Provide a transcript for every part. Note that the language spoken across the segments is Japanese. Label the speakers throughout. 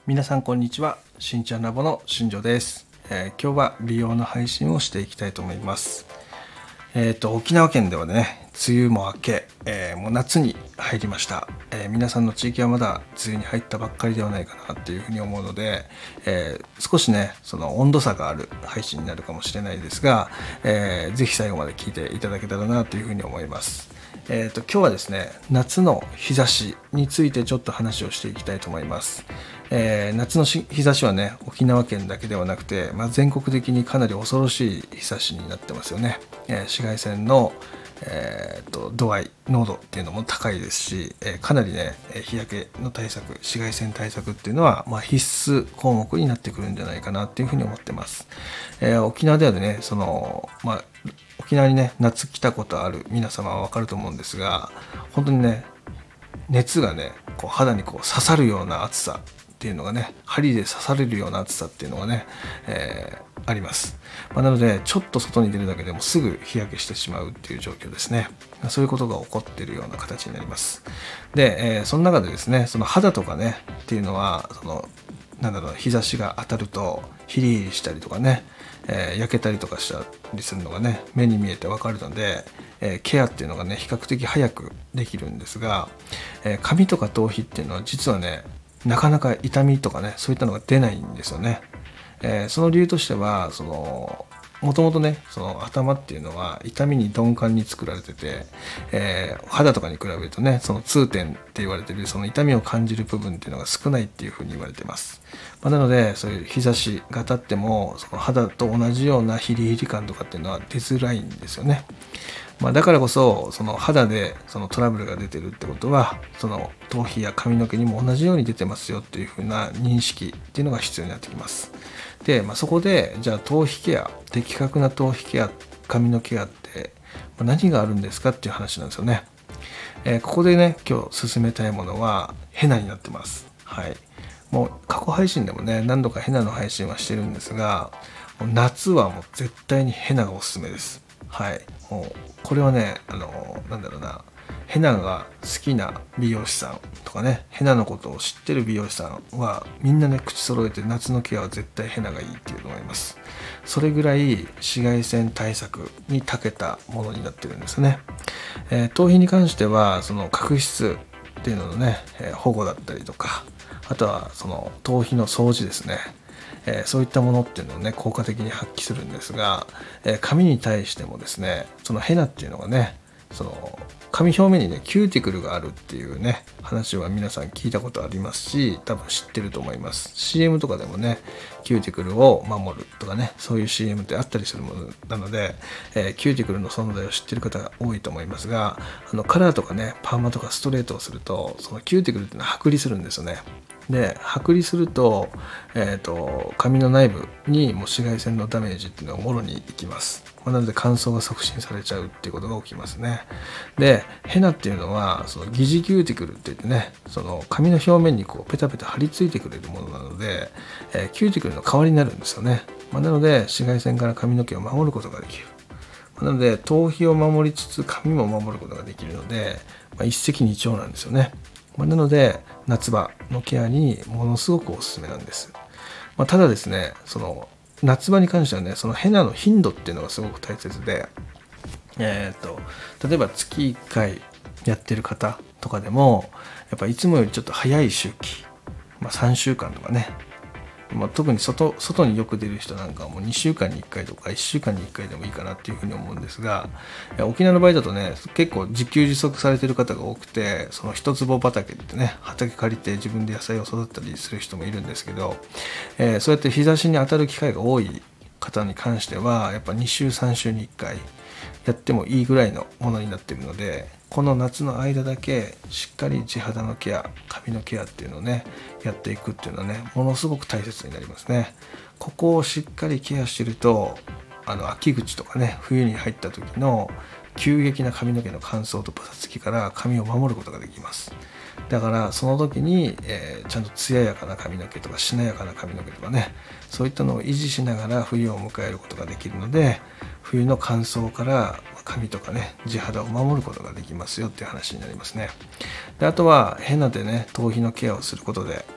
Speaker 1: 皆さんこんにちは。しんちゃんラボの新庄です。今日は美容の配信をしていきたいと思います。沖縄県ではね、梅雨も明け、もう夏に入りました。皆さんの地域はまだ梅雨に入ったばっかりではないかなっていうふうに思うので、少しね、その温度差がある配信になるかもしれないですが、ぜひ最後まで聞いていただけたらなというふうに思います。今日はですね、夏の日差しについてちょっと話をしていきたいと思います。夏の日差しはね、沖縄県だけではなくて、全国的にかなり恐ろしい日差しになってますよね。紫外線の、度合い、濃度っていうのも高いですし、かなりね、日焼けの対策、紫外線対策っていうのは、必須項目になってくるんじゃないかなっていうふうに思ってます。沖縄ではね、沖縄にね、夏来たことある皆様はわかると思うんですが、本当にね、熱がね、こう肌にこう刺さるような暑さっていうのがね、針で刺されるような暑さっていうのがね、あります。なので、ちょっと外に出るだけでもすぐ日焼けしてしまうっていう状況ですね。そういうことが起こっているような形になります。で、その中でですね、その肌とかね、っていうのは、日差しが当たるとヒリヒリしたりとかね、焼けたりとかしたりするのがね、目に見えてわかるので、ケアっていうのがね、比較的早くできるんですが、髪とか頭皮っていうのは実はね、なかなか痛みとかね、そういったのが出ないんですよね。その理由としては、もともとね、その頭っていうのは痛みに鈍感に作られてて、肌とかに比べるとね、その痛点って言われてるその痛みを感じる部分っていうのが少ないっていうふうに言われてます。なので、そういう日差しが当たっても、その肌と同じようなヒリヒリ感とかっていうのは出づらいんですよね。だからこそ、その肌でそのトラブルが出てるってことは、その頭皮や髪の毛にも同じように出てますよっていうふうな認識っていうのが必要になってきます。で、そこで、じゃあ頭皮ケア、的確な頭皮ケア、髪のケアって何があるんですかっていう話なんですよね。ここでね、今日進めたいものはヘナになってます。はい。もう過去配信でもね、何度かヘナの配信はしてるんですが、もう夏はもう絶対にヘナがおすすめです。はい。もうこれはね、ヘナが好きな美容師さんとかね、ヘナのことを知ってる美容師さんはみんなね、口揃えて夏のケアは絶対ヘナがいいっていうと思います。それぐらい紫外線対策に長けたものになってるんですね。頭皮に関してはその角質っていうののね、保護だったりとか、あとはその頭皮の掃除ですね。そういったものっていうのをね、効果的に発揮するんですが、髪に対してもですね、そのヘナっていうのがね、その髪表面にね、キューティクルがあるっていうね、話は皆さん聞いたことありますし、多分知ってると思います。CM とかでもね、キューティクルを守るとかね、そういう CM ってあったりするものなので、キューティクルの存在を知ってる方が多いと思いますが、カラーとかね、パーマとかストレートをすると、そのキューティクルっていうのは剥離するんですよね。で、剥離すると、髪の内部にも紫外線のダメージっていうのがもろにいきます。なので乾燥が促進されちゃうっていうことが起きますね。で、ヘナっていうのはその疑似キューティクルって言ってね、その髪の表面にこうペタペタ張り付いてくれるものなので、キューティクルの代わりになるんですよね。なので紫外線から髪の毛を守ることができる。なので頭皮を守りつつ髪も守ることができるので、一石二鳥なんですよね。なので夏場のケアにものすごくおすすめなんです。ただですね、その夏場に関してはね、そのヘナの頻度っていうのがすごく大切で、例えば月1回やってる方とかでも、やっぱいつもよりちょっと早い周期、3週間とかね、特に外によく出る人なんかはもう2週間に1回とか1週間に1回でもいいかなっていうふうに思うんですが、沖縄の場合だとね、結構自給自足されてる方が多くて、その一坪畑ってね、畑借りて自分で野菜を育てたりする人もいるんですけど、そうやって日差しに当たる機会が多い方に関しては、やっぱ2週3週に1回やってもいいぐらいのものになっているので、この夏の間だけしっかり地肌のケア、髪のケアっていうのをね、やっていくっていうのはね、ものすごく大切になりますね。ここをしっかりケアしてると、秋口とかね、冬に入った時の急激な髪の毛の乾燥とパサつきから髪を守ることができます。だからその時に、ちゃんと艶やかな髪の毛とかしなやかな髪の毛とかね、そういったのを維持しながら冬を迎えることができるので、冬の乾燥から髪とかね、地肌を守ることができますよっていう話になりますね。で、あとはヘナでね、頭皮のケアをすることで、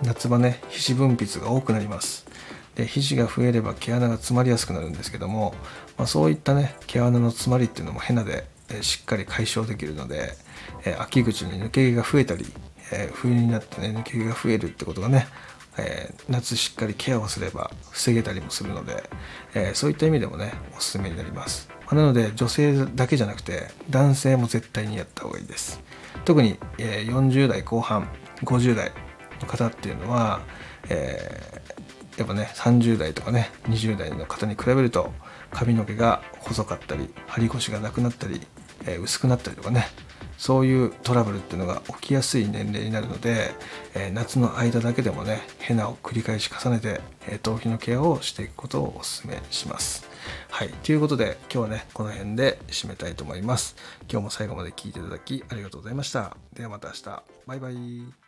Speaker 1: 夏場ね皮脂分泌が多くなります。で皮脂が増えれば毛穴が詰まりやすくなるんですけども、そういったね毛穴の詰まりっていうのもヘナでしっかり解消できるので、秋口に抜け毛が増えたり、冬になってね抜け毛が増えるってことがね、夏しっかりケアをすれば防げたりもするので、そういった意味でもねおすすめになります。なので女性だけじゃなくて男性も絶対にやった方がいいです。特に、40代後半50代の方っていうのは、やっぱね30代とかね20代の方に比べると髪の毛が細かったり張り腰がなくなったり、薄くなったりとかね、そういうトラブルっていうのが起きやすい年齢になるので、夏の間だけでもねヘナを繰り返し重ねて、頭皮のケアをしていくことをお勧めします。はい、ということで今日はねこの辺で締めたいと思います。今日も最後まで聞いていただきありがとうございました。ではまた明日。バイバイ。